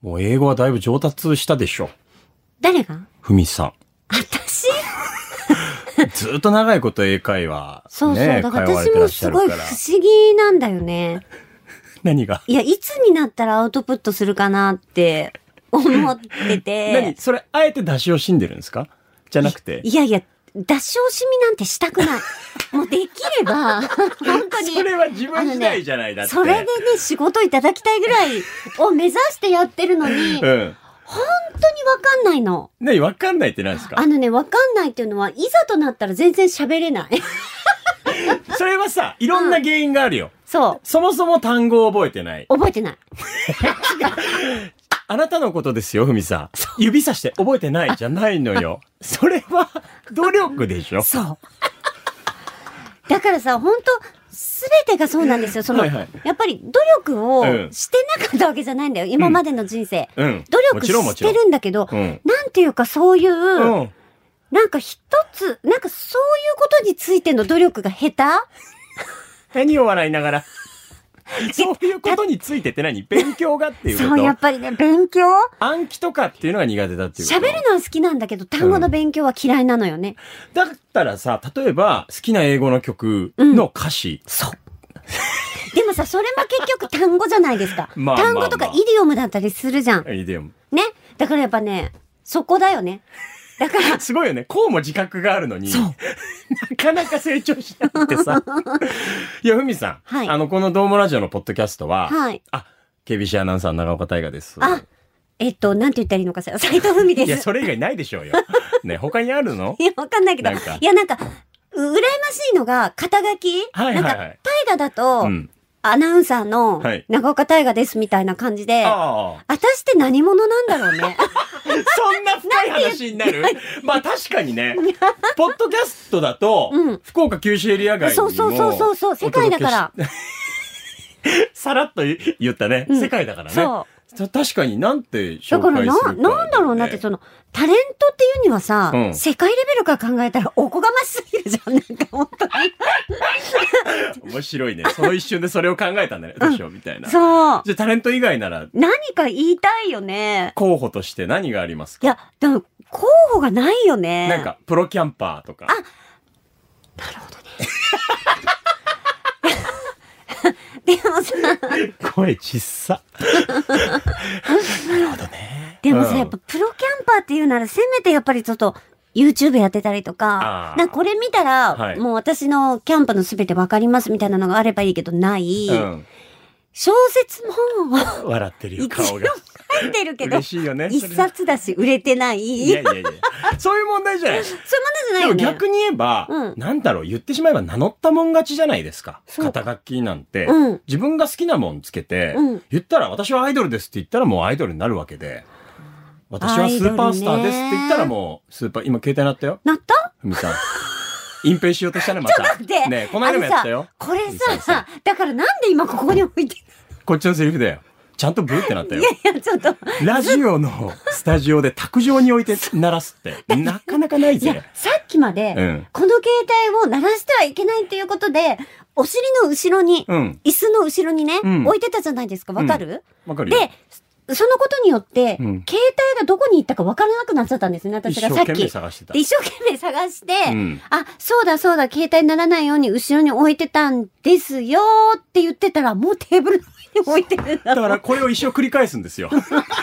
もう英語はだいぶ上達したでしょ。 誰が？ ふみさん。 私ずーっと長いこと英会話、ね、 そうそう。だから私もすごい不思議なんだよね。 何が？ いや、いつになったらアウトプットするかなって思ってて。 何それ、あえて出し惜しんでるんですか？じゃなくて。 いやいや、出し惜しみなんてしたくない。もうできれば、本当に。 それは自分次第じゃない、だって。 それでね、仕事いただきたいぐらいを目指してやってるのに、 うん。 本当にわかんないの。 何わかんないって何ですか？ わかんないっていうのは、いざとなったら全然喋れない。 それはさ、いろんな原因があるよ。 そう。 そもそも単語を覚えてない。 覚えてない。 あなたのことですよ、ふみさん。指さして覚えてないじゃないのよ。それは努力でしょ。 そう。だからさ、本当すべてがそうなんですよ。 はいはい、 やっぱり努力をしてなかったわけじゃないんだよ。今までの人生。 うん。 努力してるんだけど、なんていうかそういう、なんか一つ、なんかそういうことについての努力が下手？ 何を笑いながら。そういうことについてって何？勉強がっていうこと？ そう、やっぱりね、勉強？ 暗記とかっていうのが苦手だっていうこと？ 喋るのは好きなんだけど、単語の勉強は嫌いなのよね。 だったらさ、例えば、好きな英語の曲の歌詞。 そう。でもさ、それも結局単語じゃないですか。単語とかイディオムだったりするじゃん。 イディオム。 ね。だからやっぱね、そこだよね。だから。 すごいよね。こうも自覚があるのに。そう。なかなか成長しなくてさ。いや、ふみさん。はい。このどうもラジオのポッドキャストは。はい。あ、KBC アナウンサー長岡大河です。 あ、なんて言ったらいいのかしら。斉藤ふみです。 いや、それ以外ないでしょうよ。ね、他にあるの？ いや、わかんないけど。いや、なんか、羨ましいのが、肩書き？はいはいはい。なんか、大河だと、アナウンサーの長岡大河ですみたいな感じで、私って何者なんだろうね。 そんな深い話になる？まあ確かにね、ポッドキャストだと、福岡九州エリア外にもそう、世界だから。 さらっと言ったね、世界だからね。そう。確かになんて紹介するか、ね。 だからなんだろうなって、タレントっていうにはさ、世界レベルから考えたらおこがましすぎるじゃん、なんか本当に。 面白いね。その一瞬でそれを考えたんだね。どうしようみたいな。 そう。 じゃあタレント以外なら。 何か言いたいよね。 候補として何がありますか？ いや、でも候補がないよね。 なんか、プロキャンパーとか。 あ、なるほどね。でもさ、 声ちっさ。なるほどね。 でもさ、やっぱプロキャンパーっていうならせめてやっぱりちょっと YouTube やってたりとか、なんかこれ見たら、もう私のキャンプのすべてわかりますみたいなのがあればいいけどない。小説も笑ってるよ、顔が。 書いてるけど、 嬉しいよね。 一冊だし売れてない。 いや。そういう問題じゃない。 そういう問題じゃないよね。 でも逆に言えば、なんだろう、言ってしまえば名乗ったもん勝ちじゃないですか。肩書きなんて。自分が好きなもんつけて、言ったら私はアイドルですって言ったらもうアイドルになるわけで。私はスーパースターですって言ったらもう、スーパー、今携帯鳴ったよ。 鳴った？ ふみさん。隠蔽しようとしたね、また。 ちょっと待って。 ね、この間もやったよ。 これさ、だからなんで今ここに置いてる？ こっちのセリフだよ。ちゃんとブーってなったよ。 いや、ちょっと。 ラジオのスタジオで卓上に置いて鳴らすって、なかなかないぜ。いや、 さっきまで、この携帯を鳴らしてはいけないっていうことで、お尻の後ろに、椅子の後ろにね、置いてたじゃないですか。わかる？ わかるよ。 で、そのことによって、携帯がどこに行ったか分からなくなっちゃったんですね、私がさっき。 一生懸命探してた。 一生懸命探して、あ、そうだ、携帯にならないように後ろに置いてたんですよって言ってたら、もうテーブルの上に置いてるんだ。 だからこれを一生繰り返すんですよ。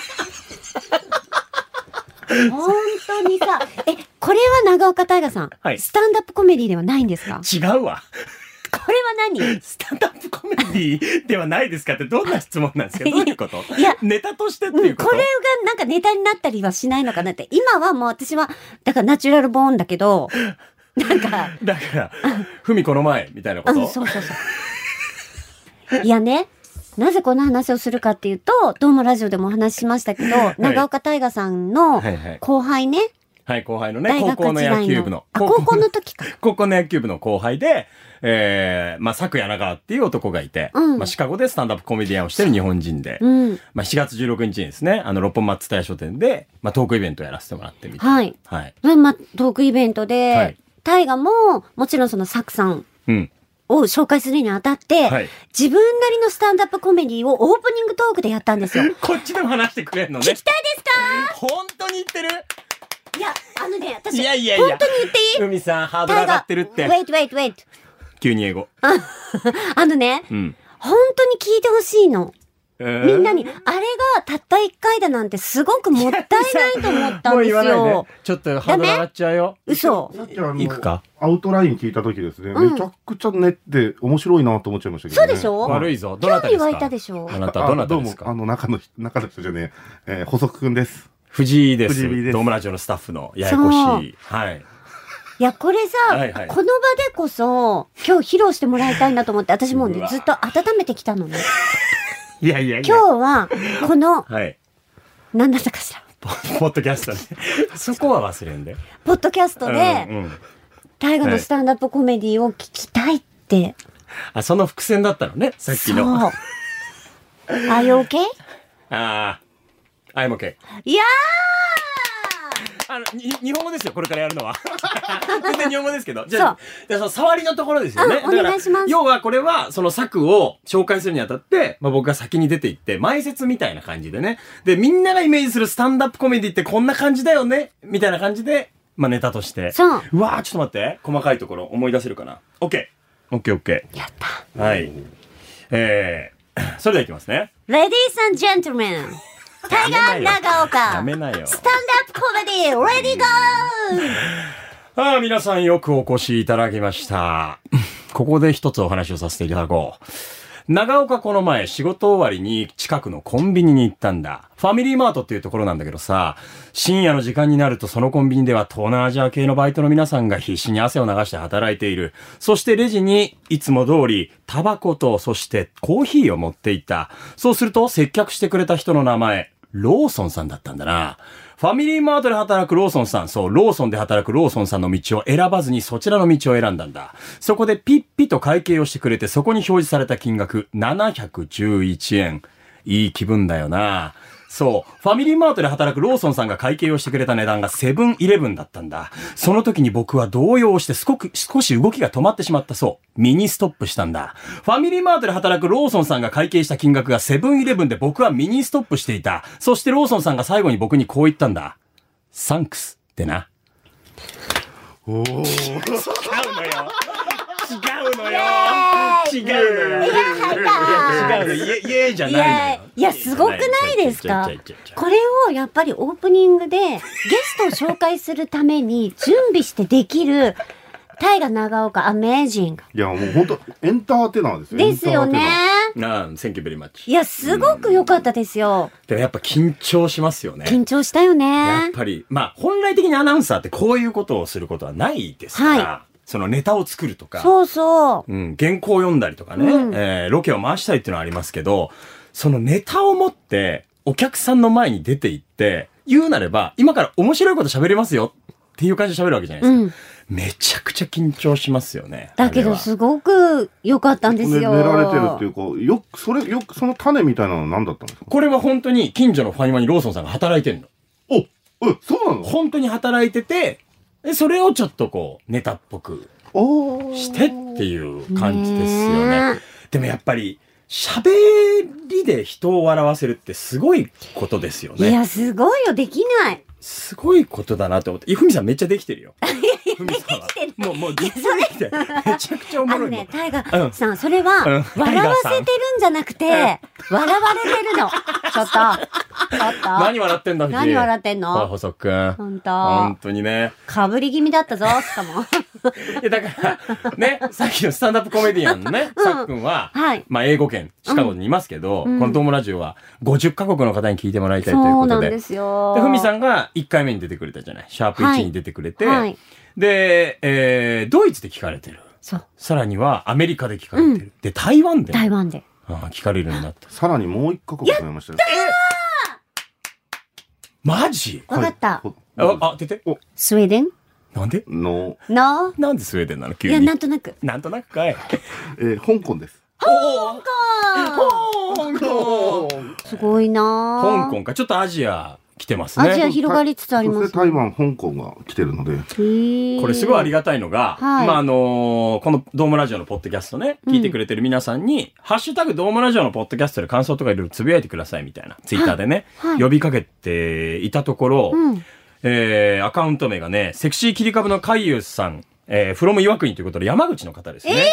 本当にさ、これは長岡大河さん、スタンダップコメディではないんですか？ 違うわ。 これは何？ スタンダップコメディではないですかってどんな質問なんですか？どういうこと？いや、ネタとしてっていうこと？ これがなんかネタになったりはしないのかなって。今はもう私は、だからナチュラルボーンだけど、なんか。 だから、ふみこの前みたいなこと？ そう。いやね、なぜこの話をするかっていうと、どうもラジオでもお話ししましたけど、長岡大河さんの後輩ね。 はい、後輩のね、高校の野球部の。 高校の時か。 高校の野球部の後輩で、佐久柳川っていう男がいて、シカゴでスタンダップコメディアンをしてる日本人で、7月16日にですね、六本松蔦屋書店で、トークイベントをやらせてもらってみて。はい。トークイベントで、大河も、もちろんそのサクさんを紹介するにあたって、はい、自分なりのスタンダップコメディをオープニングトークでやったんですよ。 こっちでも話してくれんのね。 聞きたいですか？ 本当に言ってる？ いや、私、本当に言っていい？ 海さん、ハードル上がってるって。 wait. 急に英語。 本当に聞いてほしいの。みんなに、あれがたった1回だなんてすごくもったいないと思ったんですよ。もう言わないで。 ちょっとハードル上がっちゃうよ。 嘘。 さっき行くかアウトライン聞いた時ですね、めちゃくちゃねって面白いなと思っちゃいましたけどね。 そうでしょ？ 悪いぞ。どなたですか？ 興味湧いたでしょ？ あなたどなたですか？ どうも、中の人じゃねえ、補足くんです。 藤井です。ドームラジオのスタッフのややこしい。はい。 いや、これさ、この場でこそ、今日披露してもらいたいなと思って、私もうね、ずっと温めてきたのね。 いや。 今日は、この、何だったかしら。 ポッドキャストね。そこは忘れんで。 ポッドキャストで、大河のスタンダップコメディを聞きたいって。 あ、その伏線だったのね、さっきの。 そう。Are you okay? I'm okay. いや日本語ですよ、これからやるのは。全然日本語ですけど。じゃあ、その触りのところですよね。 お願いします。 要はこれは、その作を紹介するにあたって、僕が先に出ていって、前説みたいな感じでね。で、みんながイメージするスタンダップコメディってこんな感じだよねみたいな感じで、ネタとして。 そう。 うわー、ちょっと待って。細かいところ思い出せるかな。OK。 やった。 はい。それではいきますね。 Ladies and gentlemen。タイガー長岡。 やめなよ。 スタンダップコメディ、レディゴー！ 皆さんよくお越しいただきました。ここで一つお話をさせていただこう。長岡この前仕事終わりに近くのコンビニに行ったんだ。ファミリーマートっていうところなんだけどさ、深夜の時間になるとそのコンビニでは東南アジア系のバイトの皆さんが必死に汗を流して働いている。そしてレジにいつも通りタバコとそしてコーヒーを持っていった。そうすると接客してくれた人の名前、ローソンさんだったんだな。ファミリーマートで働くローソンさん、そう、ローソンで働くローソンさんの道を選ばずにそちらの道を選んだんだ。そこでピッピと会計をしてくれて、そこに表示された金額、711円。いい気分だよな。そう、ファミリーマートで働くローソンさんが会計をしてくれた値段がセブンイレブンだったんだ。その時に僕は動揺して少し動きが止まってしまったそう。ミニストップしたんだ。ファミリーマートで働くローソンさんが会計した金額がセブンイレブンで僕はミニストップしていた。そしてローソンさんが最後に僕にこう言ったんだ。サンクスってな。違うのよ。違うのよ。イエーじゃないのよ。 いや、すごくないですか？これをやっぱりオープニングでゲストを紹介するために準備してできる大河長岡アメージング。 いや、もう本当エンターテイナーですよ。 ですよね。 Thank you very much。 いや、すごく良かったですよ。 でもやっぱ緊張しますよね。 緊張したよね。 やっぱり、本来的にアナウンサーってこういうことをすることはないですから。そのネタを作るとか。 そうそう。 原稿を読んだりとかね、ロケを回したりっていうのはありますけど、そのネタを持ってお客さんの前に出て行って、言うなれば、今から面白いこと喋れますよっていう感じで喋るわけじゃないですか。めちゃくちゃ緊張しますよね。 だけどすごく良かったんですよ。 練られてるっていうか、その種みたいなのは何だったんですか？ これは本当に近所のファミマにローソンさんが働いてんの。 そうなの？ 本当に働いてて、それをちょっとネタっぽくしてっていう感じですよね。でもやっぱり、喋りで人を笑わせるってすごいことですよね。 いや、すごいよ、できない。 すごいことだなと思って。ふみさんめっちゃできてるよ。 ふみさんは。 もう実際できてる。めちゃくちゃおもろい。 タイガーさん、それは、笑わせてるんじゃなくて、笑われてるの。ちょっと。 何笑ってんだ、藤井。 何笑ってんの？ 細くん。本当にね。 かぶり気味だったぞ、しかも。 だから、ね、さっきのスタンダップコメディアンのね、さっくんは、英語圏、シカゴにいますけど、このドームラジオは50カ国の方に聞いてもらいたいということで。 そうなんですよ。 で、ふみさんが1回目に出てくれたじゃない。シャープ1に出てくれて、で、ドイツで聞かれてる。さらにはアメリカで聞かれてる。で、台湾で聞かれるようになった。 さらにもう1カ国増えましたよ。 マジ？ わかった。 出て。 スウェーデン？ なんで？なんでスウェーデンなの急に。 いや、なんとなく。 なんとなくかい。 香港です。 香港すごいなぁ。 香港か。ちょっとアジア来てますね。 アジア広がりつつあります、ね。 台湾、香港が来てるので。 これすごいありがたいのが、はい、まあこのドームラジオのポッドキャストね、聞いてくれてる皆さんに、ハッシュタグドームラジオのポッドキャストで感想とかいろいろつぶやいてくださいみたいな、ツイッターでね、はい、呼びかけていたところ、アカウント名がね、セクシー切り株の海遊さん、from 岩国ということで山口の方ですね。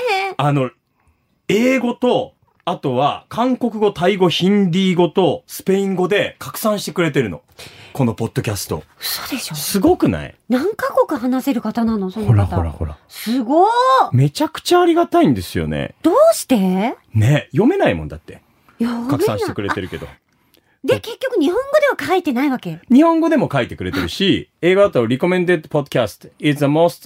英語と、あとは、韓国語、タイ語、ヒンディー語と、スペイン語で拡散してくれてるの。このポッドキャスト。 嘘でしょ？ すごくない？ 何カ国話せる方なのその方。 ほら。 すごー！ めちゃくちゃありがたいんですよね。 どうして？ ね、読めないもんだって。拡散してくれてるけど。 で、結局日本語では書いてないわけ？ 日本語でも書いてくれてるし、英語だと Recommended Podcast is the most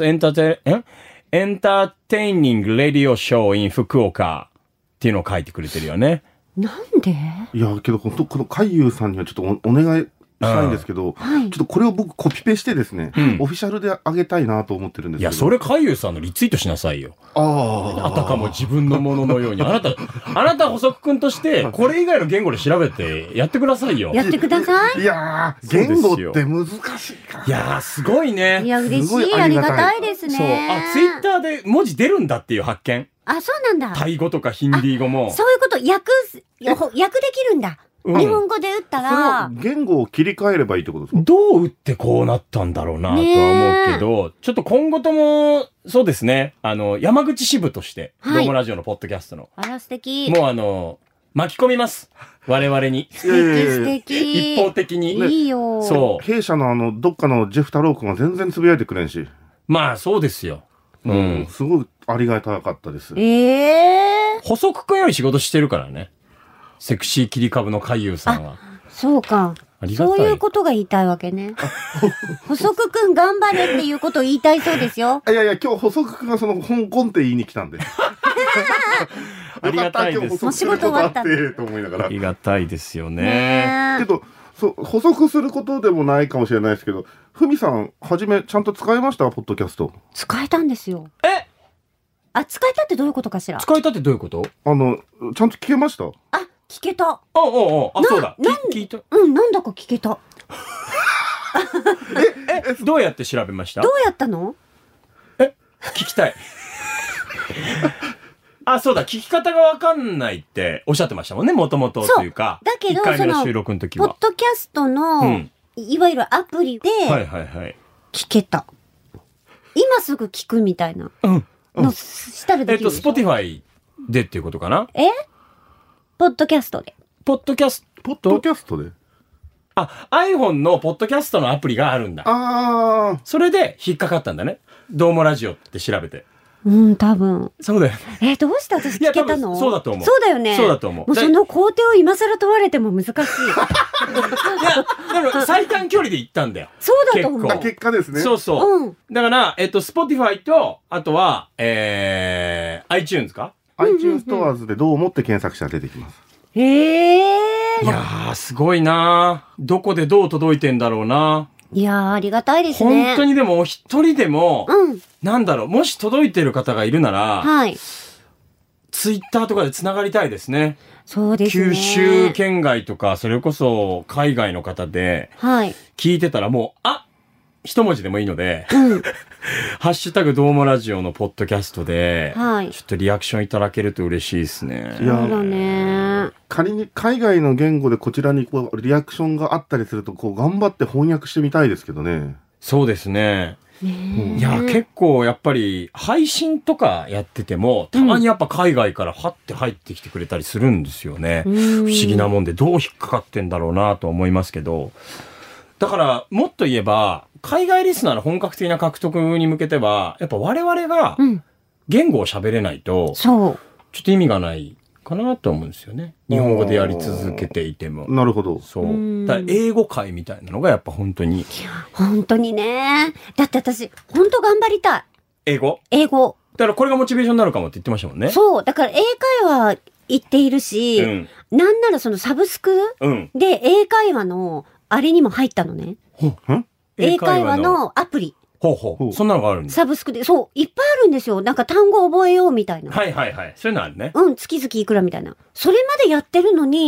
entertaining radio show in 福岡っていうのを書いてくれてるよね。 なんで？ いや、けど本当この海遊さんにはちょっと お願いしたいんですけど、はい、ちょっとこれを僕コピペしてですね、オフィシャルであげたいなと思ってるんですけど。 いや、それ海遊さんのリツイートしなさいよ。あたかも自分のもののように。あなた補足くんとして、これ以外の言語で調べてやってくださいよ。 やってください。 いやー、言語って難しいから。 いやー、すごいね。 いや、嬉しい。ありがたいですね。 そう。ツイッターで文字出るんだっていう発見。 あ、そうなんだ。 タイ語とかヒンディー語も。 そういうこと、訳できるんだ。日本語で打ったら。 言語を切り替えればいいってことですか？ どう打ってこうなったんだろうなとは思うけど、ちょっと今後とも、そうですね、山口支部として、ドームラジオのポッドキャストの。 あら、素敵。 もう巻き込みます。我々に。 素敵。 一方的に。 いいよ。 そう。弊社のどっかのジェフ太郎くんは全然つぶやいてくれんし。 まあ、そうですよ。 すごいありがたかったです。 補足くんより仕事してるからね。セクシー切り株の海遊さんは。 そうか。そういうことが言いたいわけね。補足くん頑張れっていうことを言いたいそうですよ。 いや、今日補足くんが香港って言いに来たんで。 ありがたいです。 お仕事終わったと思いながら。 ありがたいですよね。 けど、補足することでもないかもしれないですけど、ふみさん、はじめ、ちゃんと使いましたポッドキャスト。 使えたんですよ。使えたってどういうことかしら？ 使えたってどういうこと？ ちゃんと聞けました？ 聞けた。 そうだ。聞いた。 なんだか聞けた。 どうやって調べました？ どうやったの？ 聞きたい。そうだ、聞き方がわかんないっておっしゃってましたもんね、もともとというか。 だけど、 1回目の収録の時は。 ポッドキャストの、いわゆるアプリで、聞けた。今すぐ聞くみたいな。したらできるでしょ。 Spotify でっていうことかな？ ポッドキャストで。 ポッドキャストで iPhone のポッドキャストのアプリがあるんだ。それで引っかかったんだね。ドームラジオって調べて。 多分。 そうだよ。 どうして私聞けたの？ そうだと思う。 そうだよね。 そうだと思う。 もうその工程を今更問われても難しい。いや、でも最短距離で行ったんだよ。 そうだと思う。 結果ですね。 そう。だから、Spotify と、あとは、iTunes か？ iTunes ストアーズでどう思って検索したら出てきます。 いやー、すごいなー。どこでどう届いてんだろうな。 いやー、ありがたいですね。 本当にでも、一人でも、なんだろう、もし届いてる方がいるなら、ツイッターとかで繋がりたいですね。 そうですね。 九州県外とか、それこそ海外の方で、聞いてたらもう、一文字でもいいので、ハッシュタグドームラジオのポッドキャストで、ちょっとリアクションいただけると嬉しいですね。 そうだね。 仮に海外の言語でこちらにリアクションがあったりすると、頑張って翻訳してみたいですけどね。 そうですね。いや、結構やっぱり配信とかやってても、たまにやっぱ海外からハッて入ってきてくれたりするんですよね。不思議なもんでどう引っかかってんだろうなと思いますけど。だからもっと言えば、海外リスナーの本格的な獲得に向けては、やっぱ我々が言語を喋れないと、ちょっと意味がないかなと思うんですよね。日本語でやり続けていても。 なるほど。 そう。だから英語界みたいなのがやっぱ本当に。 本当にね。だって私、本当頑張りたい。 英語。 だからこれがモチベーションになるかもって言ってましたもんね。 そう。だから英会話言っているし、なんならそのサブスクで英会話のあれにも入ったのね。英会話のアプリ。 そんなのがあるんだ。 サブスクで、そう、いっぱいあるんですよ。なんか単語覚えようみたいな。 そういうのあるね。 月々いくらみたいな。それまでやってるのに、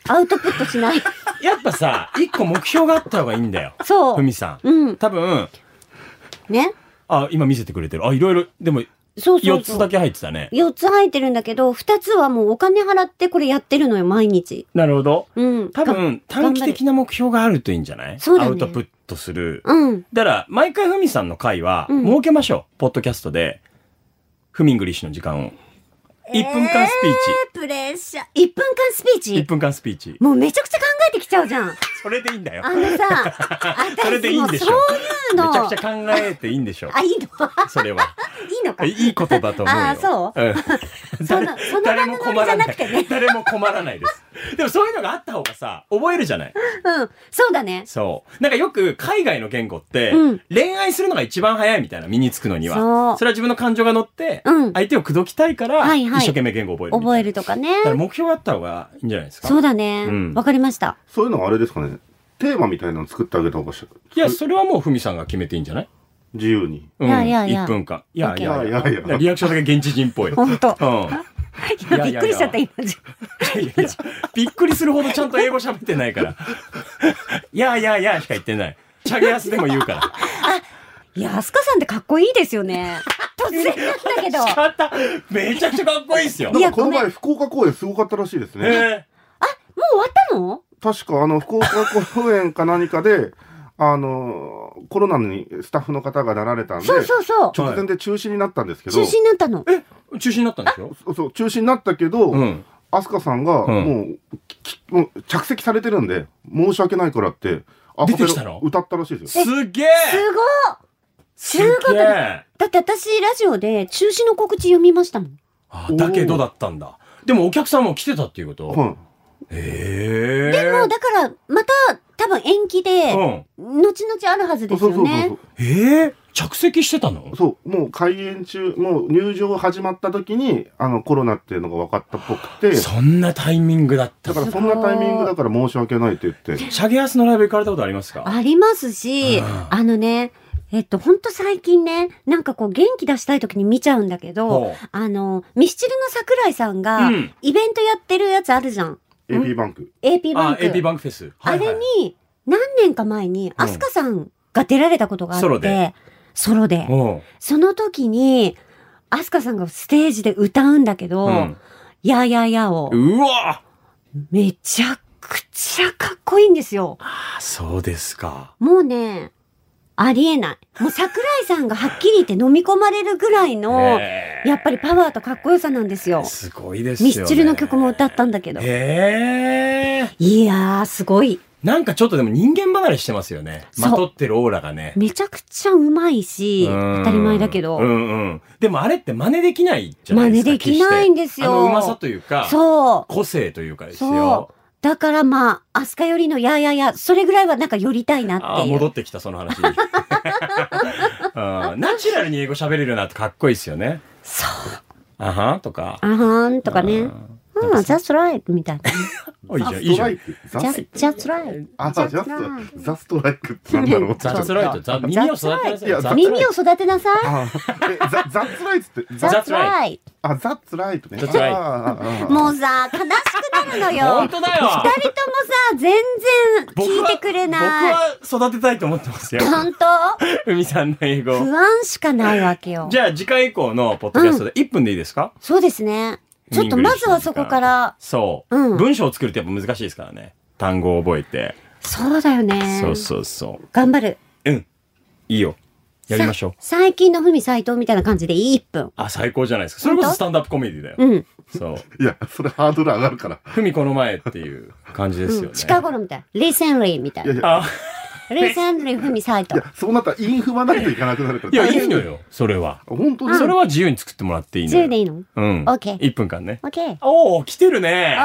アウトプットしない。 やっぱさ、一個目標があった方がいいんだよ。 そう。 ふみさん。 うん。 多分。 ね。 今見せてくれてる。いろいろ、でも、 そう 4つだけ入ってたね。 4つ入ってるんだけど、2つはもうお金払ってこれやってるのよ、毎日。 なるほど。 うん。 多分、短期的な目標があるといいんじゃない？ そうだね。 アウトプットする。 うん。 だから、毎回ふみさんの回は、設けましょう。ポッドキャストで、ふみんぐりしの時間を。1分間スピーチ。 プレッシャー。1分間スピーチ ?1 分間スピーチ。 もうめちゃくちゃ考えてきちゃうじゃん。 それでいいんだよ。 さ、 それでいいんでしょ。 そういうの。 めちゃくちゃ考えていいんでしょ。 いいのそれは。 いいのか。 いいことだと思うよ。 そう？その誰も困らない。誰も困らないです。でもそういうのがあった方がさ、覚えるじゃない？ うん。そうだね。 そう。なんかよく海外の言語って、恋愛するのが一番早いみたいな、身につくのには。それは自分の感情が乗って、相手を口説きたいから、一生懸命言語を覚える。 覚えるとかね。 だから目標があった方がいいんじゃないですか。 そうだね。わかりました。 そういうのはあれですかね。テーマみたいなの作ってあげた方がいや、それはもうふみさんが決めていいんじゃない？ 自由に。 いやいやいや。 1分間。いやいやいや。リアクションだけ現地人っぽい。 本当。いや、びっくりしちゃった、今。 びっくりするほどちゃんと英語喋ってないから。いやいやいやしか言ってない。チャゲアスでも言うから。 いや、アスカさんってかっこいいですよね。突然なんだけど。 めちゃくちゃかっこいいですよ。 いや、この前福岡公演すごかったらしいですね。 もう終わったの？ 確か福岡公演か何かで、コロナにスタッフの方がなられたんで、 そう。 直前で中止になったんですけど。 中止になったの？ 中止になったんですよ。 そう、中止になったけど、飛鳥さんがもう着席されてるんで、申し訳ないからって、 出てきたの？ 歌ったらしいですよ。 すげえ！ すごい！だって私ラジオで中止の告知読みましたもん。 だけどだったんだ。でもお客さんも来てたっていうこと？ でも、だから、また、多分延期で、後々あるはずですよね。 着席してたの？ そう。もう開演中、もう入場始まった時に、コロナっていうのが分かったっぽくて。 そんなタイミングだった。 だからそんなタイミングだから申し訳ないって言って。 シャゲアスのライブ行かれたことありますか？ ありますし、ほんと最近ね、なんかこう元気出したい時に見ちゃうんだけど、ミスチルの桜井さんが、イベントやってるやつあるじゃん。 AP バンク。 AP バンク。 AP バンクフェス。 あれに、何年か前に、アスカさんが出られたことがあって、ソロで。その時に、アスカさんがステージで歌うんだけど、やややを。 うわめちゃくちゃかっこいいんですよ。 そうですか。 もうね、ありえない。もう桜井さんがはっきり言って飲み込まれるぐらいの、やっぱりパワーとかっこよさなんですよ。 すごいですよね。 ミスチルの曲も歌ったんだけど。いやー、すごい。 なんかちょっとでも人間離れしてますよね。まとってるオーラがね。 めちゃくちゃうまいし、当たり前だけど。 でもあれって真似できないじゃないですか。 真似できないんですよ。 うまさというか、個性というかですよ。 だからまあ、アスカよりのややや、それぐらいはなんか寄りたいなっていう。 戻ってきた、その話。ナチュラルに英語喋れるなってかっこいいですよね。 そう。 あはんとか。 あはんとかね。just right みたいな。 いいじゃん、いいじゃん。 just right. ザストライクってなんだろう。 ザスライト。耳を育てなさい。 耳を育てなさい。 ザツライトって。 ザツライト。 ザツライトね。 もうさ、悲しくなるのよ。 本当だよ。 二人ともさ、全然聞いてくれない。 僕は育てたいと思ってますよ。 本当？ 海さんの英語。 不安しかないわけよ。 じゃあ次回以降のポッドキャストで1分でいいですか？ そうですね。ちょっとまずはそこから。 そう。文章を作るってやっぱ難しいですからね。単語を覚えて。 そうだよね。 そう。 頑張る。 いいよ。やりましょう。 最近のふみ斎藤みたいな感じで1分。 最高じゃないですか。それこそスタンドアップコメディだよ。そう。 いや、それハードル上がるから。 ふみこの前っていう感じですよね。 近頃みたいな。recently みたいな。recently ふみ斎藤。 いや、そうなったらインフマないといかなくなるから。 いや、いいのよ。それは。 本当にそれは自由に作ってもらっていいのよ。 自由でいいの OK。1分間ね。 OK。 来てるね。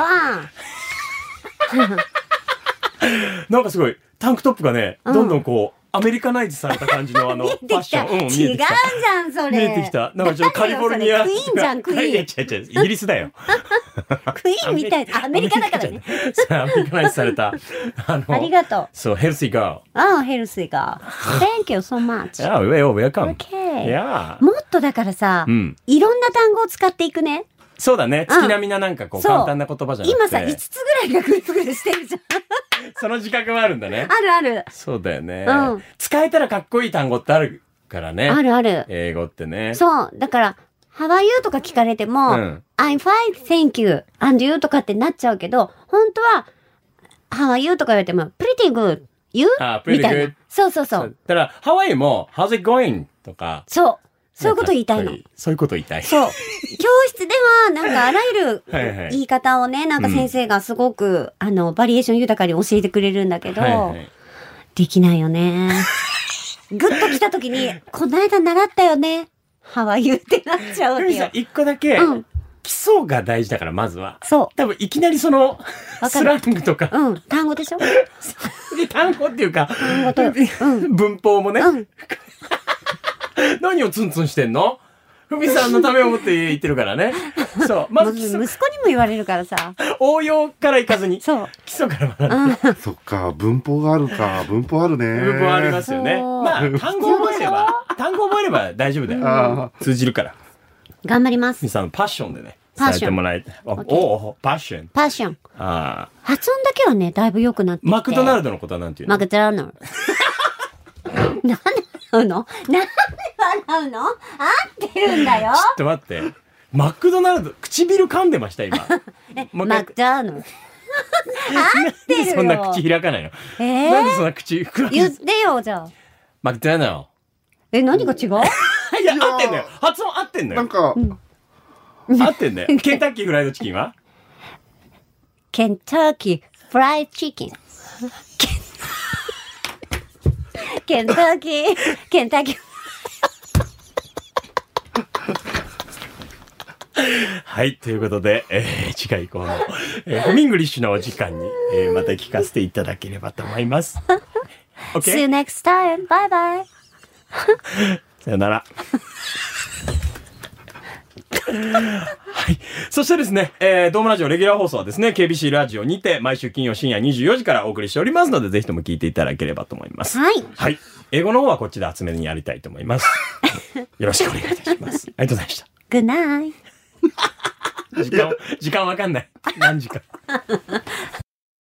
なんかすごい、タンクトップがね、どんどんこう、アメリカナイズされた感じのファッション。 違うじゃん、それ。 見えてきた。なんかちょっとカリフォルニア。 クイーンじゃん、クイーン。 違う、イギリスだよ。 クイーンみたいな。アメリカだからね。 アメリカナイズされた。 ありがとう。 そう、ヘルシーガー。ヘルシーガー。Thank you so much. Welcome. Okay. もっとだからさ、いろんな単語を使っていくね。 そうだね。月並みななんかこう簡単な言葉じゃなくて。 今さ、5つぐらいがぐるぐるしてるじゃん。 その自覚もあるんだね。 あるある。 そうだよね。使えたらかっこいい単語ってあるからね。 あるある。 英語ってね。 そう。だから、How are you とか聞かれても、I'm fine, thank you, and you とかってなっちゃうけど、本当は、How are you とか言われても、pretty good, you? みたいな。そうそうそう。 だから、How are you も、How's it going? とか。 そう。そういうこと言いたいの。 そういうこと言いたい。 そう。教室では、なんかあらゆる言い方をね、なんか先生がすごく、バリエーション豊かに教えてくれるんだけど、できないよね。ぐっと来た時に、この間習ったよね。How are you ってなっちゃうわけよ。 一個だけ、基礎が大事だから、まずは。 そう。 多分、いきなりその、スラングとか。 単語でしょで、単語っていうか、文法もね。何をツンツンしてんの？ふみさんのためを思って言ってるからね。そう。 まず息子にも言われるからさ。 応用からいかずに。 そう。 基礎から学んで。 そっか、文法があるか。文法あるね。 文法ありますよね。まあ、単語覚えれば大丈夫だよ。通じるから。 頑張ります。 ふみさんのパッションでね。伝えてもらえて。おパッション。 パッション。発音だけはね、だいぶ良くなってきて。 マクドナルドのことはなんていうの？ マクドナルド。なんで笑うの？なんで笑うの？合ってるんだよ。 ちょっと待って。マクドナルド、唇噛んでました、今。 マクドナルド。合ってるよ。 そんな口開かないの？なんでそんな口言ってよ、じゃあ。 マクドナルド。 何が違う？ いや、合ってんだよ。発音合ってんだよ。 なんか、 合ってんだよ。ケンタッキーフライドチキンは？ ケンタッキーフライドチキン。ケンタッキー。 はい、ということで、次回以降の、ホミングリッシュのお時間に、また聞かせていただければと思います。 Okay? See you next time. Bye bye. さよなら。はい。そしてですね、ドームラジオレギュラー放送はですね、KBC ラジオにて毎週金曜深夜24時からお送りしておりますので、ぜひとも聞いていただければと思います。 はい。 はい。英語の方はこっちで厚めにやりたいと思います。よろしくお願いいたします。ありがとうございました。 Good night. 時間わかんない。何時間。